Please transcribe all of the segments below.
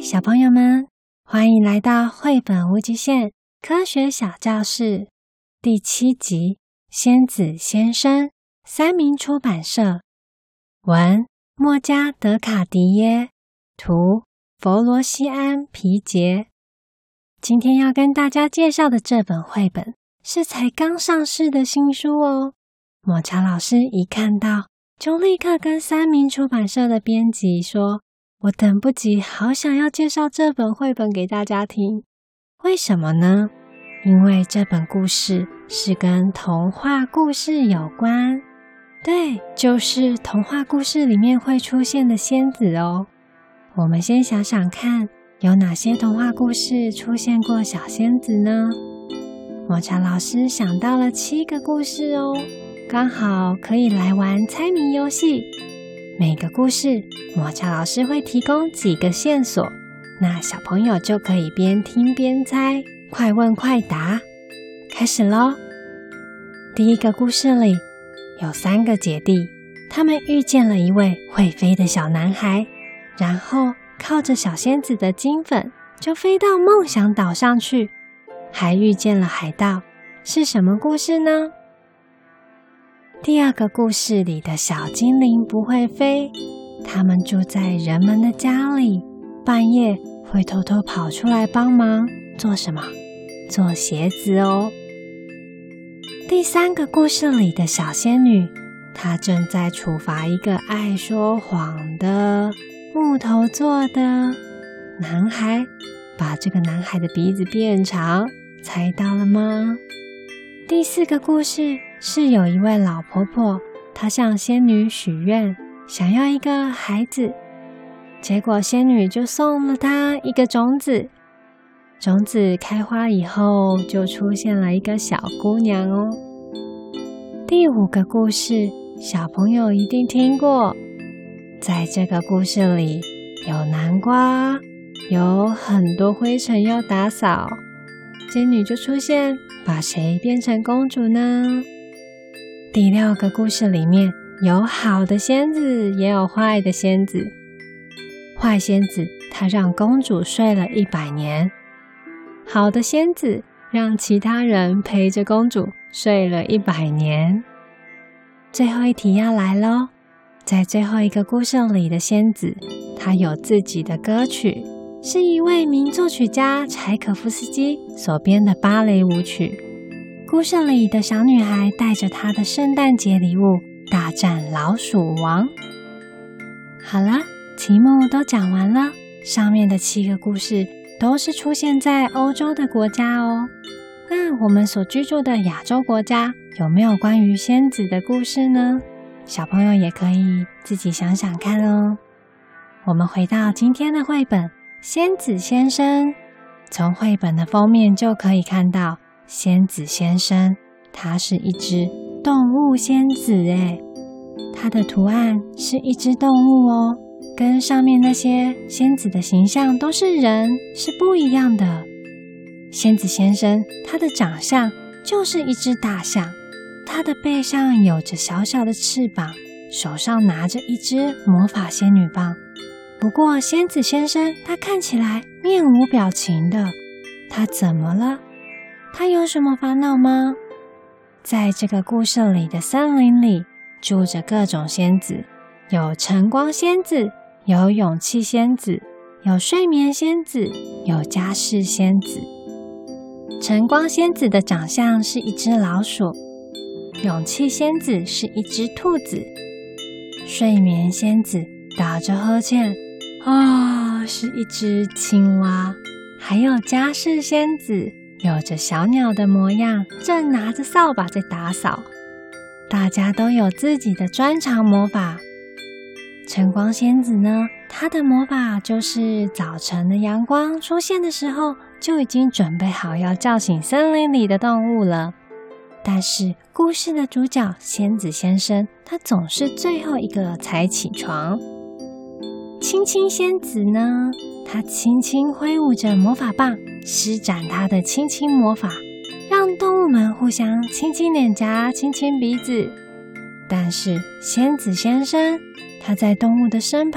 小朋友们，欢迎来到绘本无极限科学小教室第7集《仙子先生》，三民出版社，文莫加德卡迪耶，图弗罗西安皮杰。今天要跟大家介绍的这本绘本是才刚上市的新书哦。抹茶老师一看到就立刻跟三民出版社的编辑说，我等不及，好想要介绍这本绘本给大家听。为什么呢？因为这本故事是跟童话故事有关。对，就是童话故事里面会出现的仙子哦。我们先想想看，有哪些童话故事出现过小仙子呢？抹茶老师想到了7个故事哦，刚好可以来玩猜谜游戏。每个故事，抹茶老师会提供几个线索，那小朋友就可以边听边猜，快问快答。开始咯！第一个故事里有3个姐弟，他们遇见了一位会飞的小男孩，然后靠着小仙子的金粉就飞到梦想岛上去，还遇见了海盗。是什么故事呢？第2个故事里的小精灵不会飞，他们住在人们的家里，半夜会偷偷跑出来帮忙，做什么？做鞋子哦。第3个故事里的小仙女，她正在处罚一个爱说谎的木头做的男孩，把这个男孩的鼻子变长，猜到了吗？第4个故事是有一位老婆婆，她向仙女许愿，想要一个孩子，结果仙女就送了她一个种子，种子开花以后就出现了一个小姑娘哦。第5个故事，小朋友一定听过，在这个故事里有南瓜，有很多灰尘要打扫，仙女就出现，把谁变成公主呢？第6个故事里面有好的仙子，也有坏的仙子。坏仙子她让公主睡了100年，好的仙子让其他人陪着公主睡了100年。最后一题要来咯，在最后一个故事里的仙子，她有自己的歌曲，是一位名作曲家柴可夫斯基所编的芭蕾舞曲。故事里的小女孩带着她的圣诞节礼物大战老鼠王。好了，题目都讲完了，上面的7个故事都是出现在欧洲的国家哦。那我们所居住的亚洲国家有没有关于仙子的故事呢？小朋友也可以自己想想看哦。我们回到今天的绘本《仙子先生》，从绘本的封面就可以看到仙子先生，他是一只动物仙子耶，他的图案是一只动物哦，跟上面那些仙子的形象都是人，是不一样的。仙子先生他的长相就是一只大象，他的背上有着小小的翅膀，手上拿着一只魔法仙女棒。不过仙子先生他看起来面无表情的，他怎么了？他有什么烦恼吗？在这个故事里的森林里住着各种仙子，有晨光仙子，有勇气仙子，有睡眠仙子，有家事仙子。晨光仙子的长相是一只老鼠，勇气仙子是一只兔子，睡眠仙子打着呵欠是一只青蛙，还有家事仙子有着小鸟的模样，正拿着扫把在打扫。大家都有自己的专长魔法。晨光仙子呢，她的魔法就是早晨的阳光出现的时候，就已经准备好要叫醒森林里的动物了。但是故事的主角仙子先生，他总是最后一个才起床。青青仙子呢，她轻轻挥舞着魔法棒，施展她的亲亲魔法，让动物们互相亲亲脸颊，亲亲鼻子。但是仙子先生，他在动物的身旁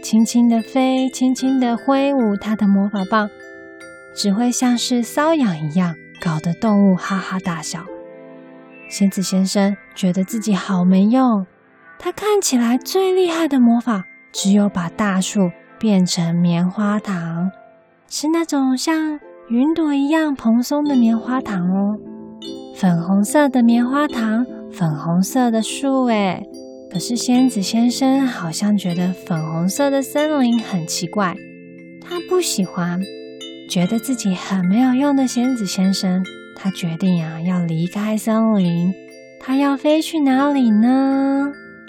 轻轻地飞，轻轻地挥舞他的魔法棒，只会像是瘙痒一样，搞得动物哈哈大笑。仙子先生觉得自己好没用，他看起来最厉害的魔法只有把大树变成棉花糖，是那种像云朵一样蓬松的棉花糖哦。粉红色的棉花糖，粉红色的树耶。可是仙子先生好像觉得粉红色的森林很奇怪，他不喜欢，觉得自己很没有用的仙子先生，他决定要离开森林。他要飞去哪里呢？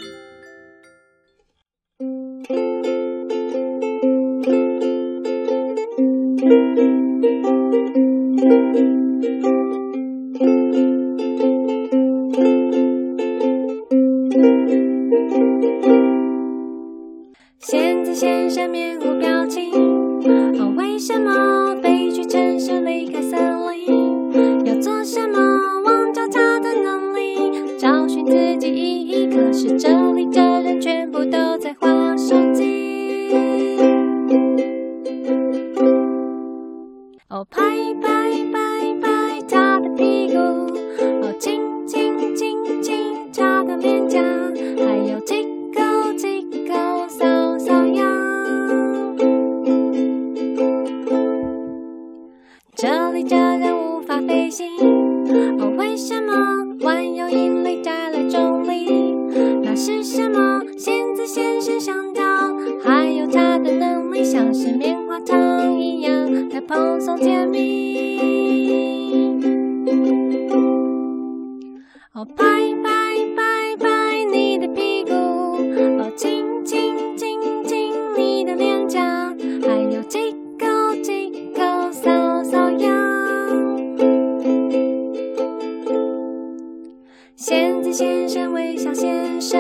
仙子先生面无表情，为什么飞去城市离开森林？要做什么？忘掉他的能力，找寻自己意义。可是这里的人全部都在滑手机。拍拍拍拍他的屁股，亲亲亲亲他的脸颊，还有tickle tickle搔搔痒。这里的人无法飞行，为什么万有引力带来重力？那是什么？仙子先生想到，还有他的能力像是棉花糖一样的蓬松甜蜜。拍拍拍拍你的屁股，亲亲亲亲你的脸颊，还有tickle tickle搔搔痒。仙子先生微笑先生。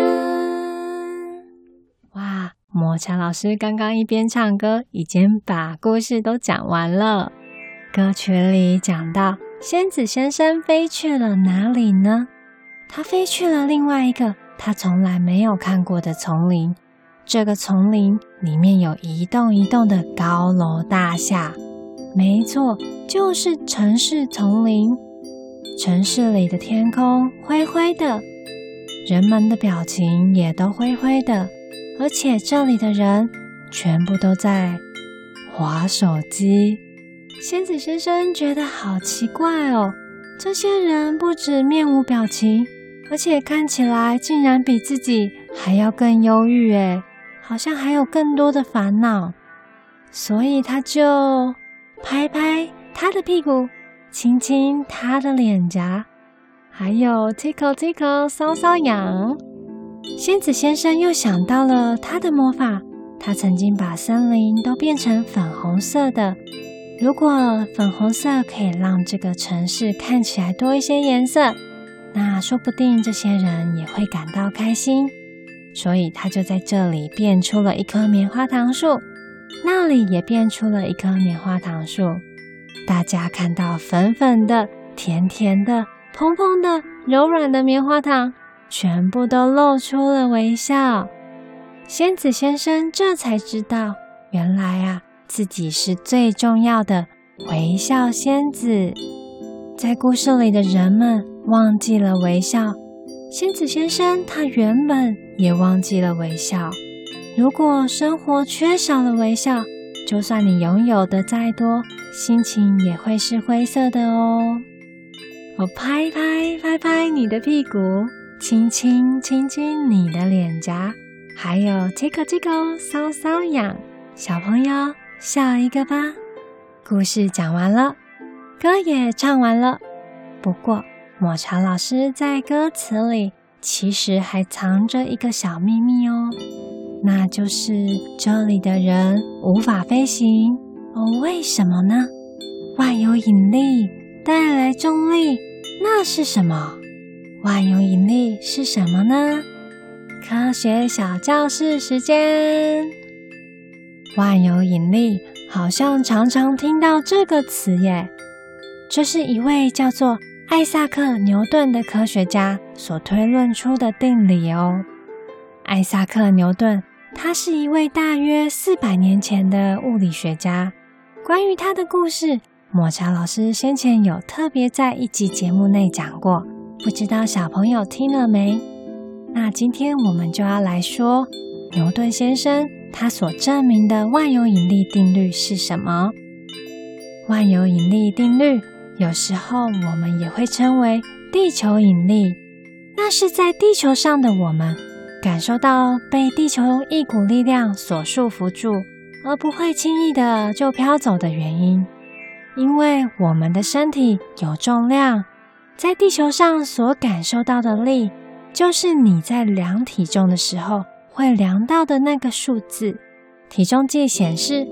哇，抹茶老师刚刚一边唱歌，已经把故事都讲完了。歌曲里讲到，仙子先生飞去了哪里呢？他飞去了另外一个他从来没有看过的丛林。这个丛林里面有一栋一栋的高楼大厦，没错，就是城市丛林。城市里的天空灰灰的，人们的表情也都灰灰的，而且这里的人全部都在滑手机。仙子先生觉得好奇怪哦，这些人不止面无表情，而且看起来竟然比自己还要更忧郁耶，好像还有更多的烦恼。所以他就拍拍他的屁股，亲亲他的脸颊，还有 tickle tickle 搔搔痒。仙子先生又想到了他的魔法，他曾经把森林都变成粉红色的。如果粉红色可以让这个城市看起来多一些颜色，那说不定这些人也会感到开心。所以他就在这里变出了一棵棉花糖树，那里也变出了一棵棉花糖树。大家看到粉粉的、甜甜的、蓬蓬的、柔软的棉花糖，全部都露出了微笑。仙子先生这才知道，原来自己是最重要的微笑仙子。在故事里的人们忘记了微笑，仙子先生他原本也忘记了微笑。如果生活缺少了微笑，就算你拥有的再多，心情也会是灰色的哦。拍拍拍拍你的屁股，轻轻亲亲你的脸颊，还有 tickle tickle 搔搔痒。小朋友笑一个吧。故事讲完了，歌也唱完了。不过抹茶老师在歌词里其实还藏着一个小秘密哦，那就是这里的人无法飞行为什么呢？万有引力带来重力，那是什么？万有引力是什么呢？科学小教室时间。万有引力好像常常听到这个词耶，这是一位叫做艾萨克·牛顿的科学家所推论出的定理哦。艾萨克·牛顿他是一位大约400年前的物理学家。关于他的故事，抹茶老师先前有特别在一集节目内讲过，不知道小朋友听了没？那今天我们就要来说牛顿先生他所证明的万有引力定律是什么。万有引力定律有时候我们也会称为地球引力，那是在地球上的我们感受到被地球一股力量所束缚住，而不会轻易的就飘走的原因。因为我们的身体有重量，在地球上所感受到的力，就是你在量体重的时候会量到的那个数字。体重计显示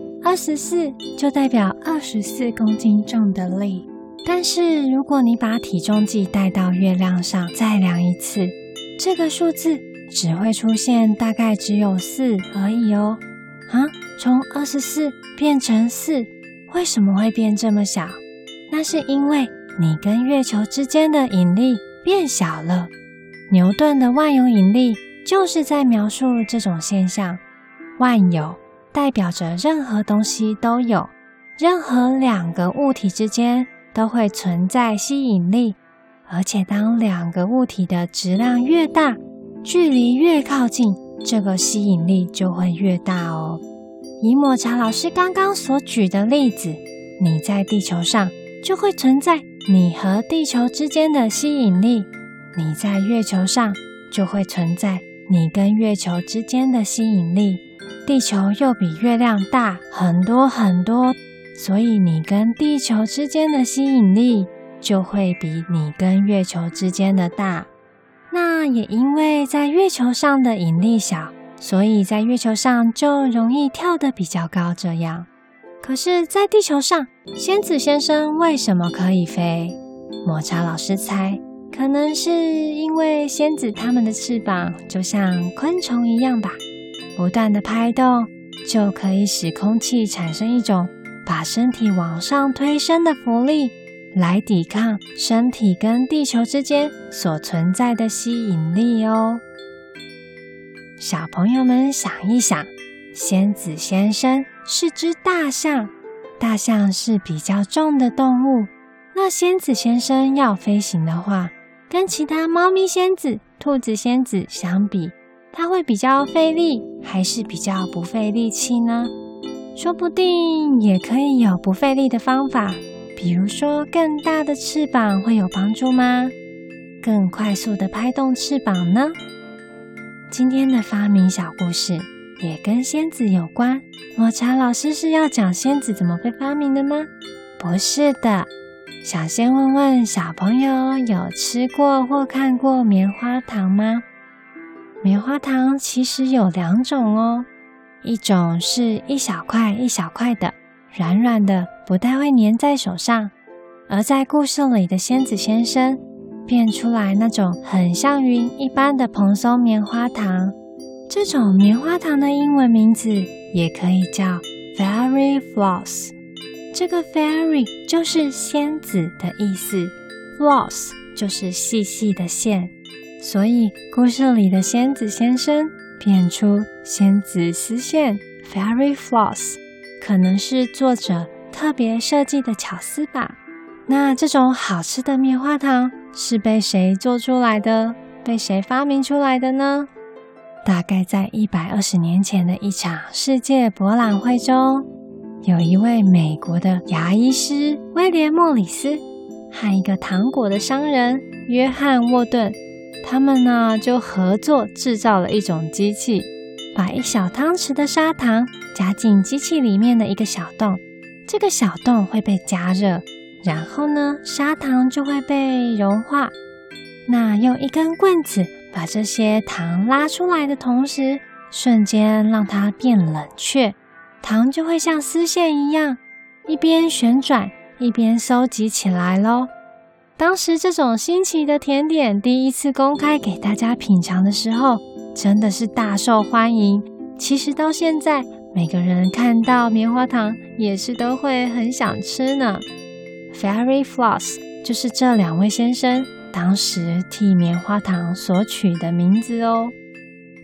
24，就代表24公斤重的力。但是如果你把体重计带到月亮上再量一次，这个数字只会出现大概只有4而已哦。从24变成4，为什么会变这么小？那是因为你跟月球之间的引力变小了。牛顿的万有引力就是在描述这种现象。万有代表着任何东西都有，任何2个物体之间都会存在吸引力，而且当2个物体的质量越大，距离越靠近，这个吸引力就会越大哦。以抹茶老师刚刚所举的例子，你在地球上就会存在你和地球之间的吸引力，你在月球上就会存在你跟月球之间的吸引力。地球又比月亮大很多很多，所以你跟地球之间的吸引力就会比你跟月球之间的大。那也因为在月球上的引力小，所以在月球上就容易跳得比较高这样。可是在地球上，仙子先生为什么可以飞？抹茶老师猜，可能是因为仙子它们的翅膀就像昆虫一样吧，不断的拍动，就可以使空气产生一种把身体往上推升的浮力，来抵抗身体跟地球之间所存在的吸引力哦。小朋友们想一想，仙子先生是只大象，大象是比较重的动物，那仙子先生要飞行的话，跟其他猫咪仙子、兔子仙子相比，它会比较费力，还是比较不费力气呢？说不定也可以有不费力的方法，比如说更大的翅膀会有帮助吗？更快速的拍动翅膀呢？今天的发明小故事也跟仙子有关。抹茶老师是要讲仙子怎么被发明的吗？不是的，想先问问小朋友有吃过或看过棉花糖吗？棉花糖其实有2种哦，一种是一小块一小块的，软软的，不太会粘在手上。而在故事里的仙子先生变出来那种很像云一般的蓬松棉花糖，这种棉花糖的英文名字也可以叫 Fairy Floss。 这个 Fairy 就是仙子的意思， Floss 就是细细的线，所以故事里的仙子先生变出仙子丝线 Fairy Floss， 可能是作者特别设计的巧思吧。那这种好吃的棉花糖是被谁做出来的？被谁发明出来的呢？大概在120年前的一场世界博览会中，有一位美国的牙医师威廉·莫里斯和一个糖果的商人约翰·沃顿，他们呢就合作制造了一种机器，把1小汤匙的砂糖加进机器里面的一个小洞，这个小洞会被加热，然后呢砂糖就会被融化。那用一根棍子把这些糖拉出来的同时，瞬间让它变冷却，糖就会像丝线一样一边旋转一边收集起来咯。当时这种新奇的甜点第一次公开给大家品尝的时候，真的是大受欢迎。其实到现在每个人看到棉花糖也是都会很想吃呢。 Fairy Floss 就是这2位先生当时替棉花糖所取的名字哦。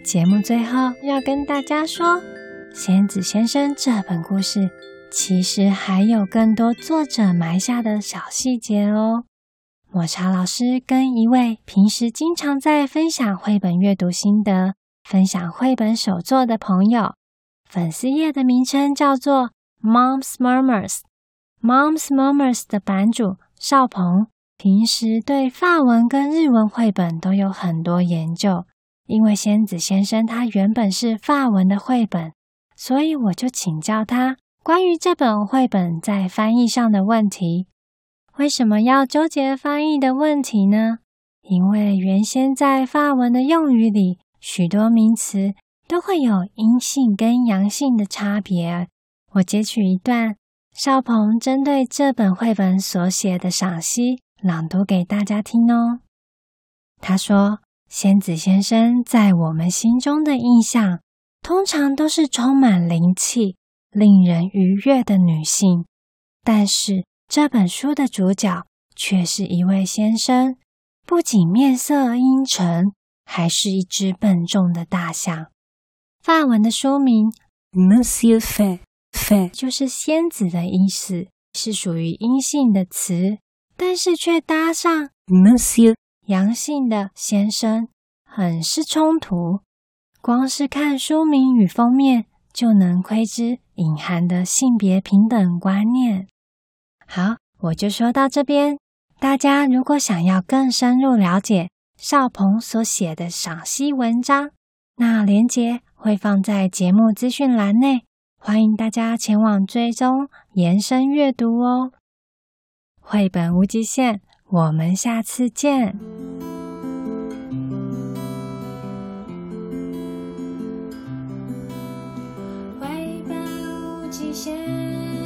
节目最后要跟大家说，仙子先生这本故事其实还有更多作者埋下的小细节哦。抹茶老师跟一位平时经常在分享绘本阅读心得、分享绘本手作的朋友，粉丝页的名称叫做 Mom's Murmurs。Mom's Murmurs 的版主邵鹏平时对法文跟日文绘本都有很多研究，因为仙子先生他原本是法文的绘本，所以我就请教他关于这本绘本在翻译上的问题。为什么要纠结翻译的问题呢？因为原先在法文的用语里，许多名词都会有阴性跟阳性的差别。我截取一段邵鹏针对这本绘本所写的赏析朗读给大家听哦。他说，仙子先生在我们心中的印象通常都是充满灵气、令人愉悦的女性，但是这本书的主角却是一位先生，不仅面色阴沉，还是一只笨重的大象。法文的书名 Monsieur Fée 就是仙子的意思，是属于阴性的词，但是却搭上 Monsieur 阳性的先生，很是冲突。光是看书名与封面就能窥知隐含的性别平等观念。好，我就说到这边。大家如果想要更深入了解邵鹏所写的赏析文章，那连结会放在节目资讯栏内，欢迎大家前往追踪延伸阅读哦。绘本无极限，我们下次见。 绘本无极限。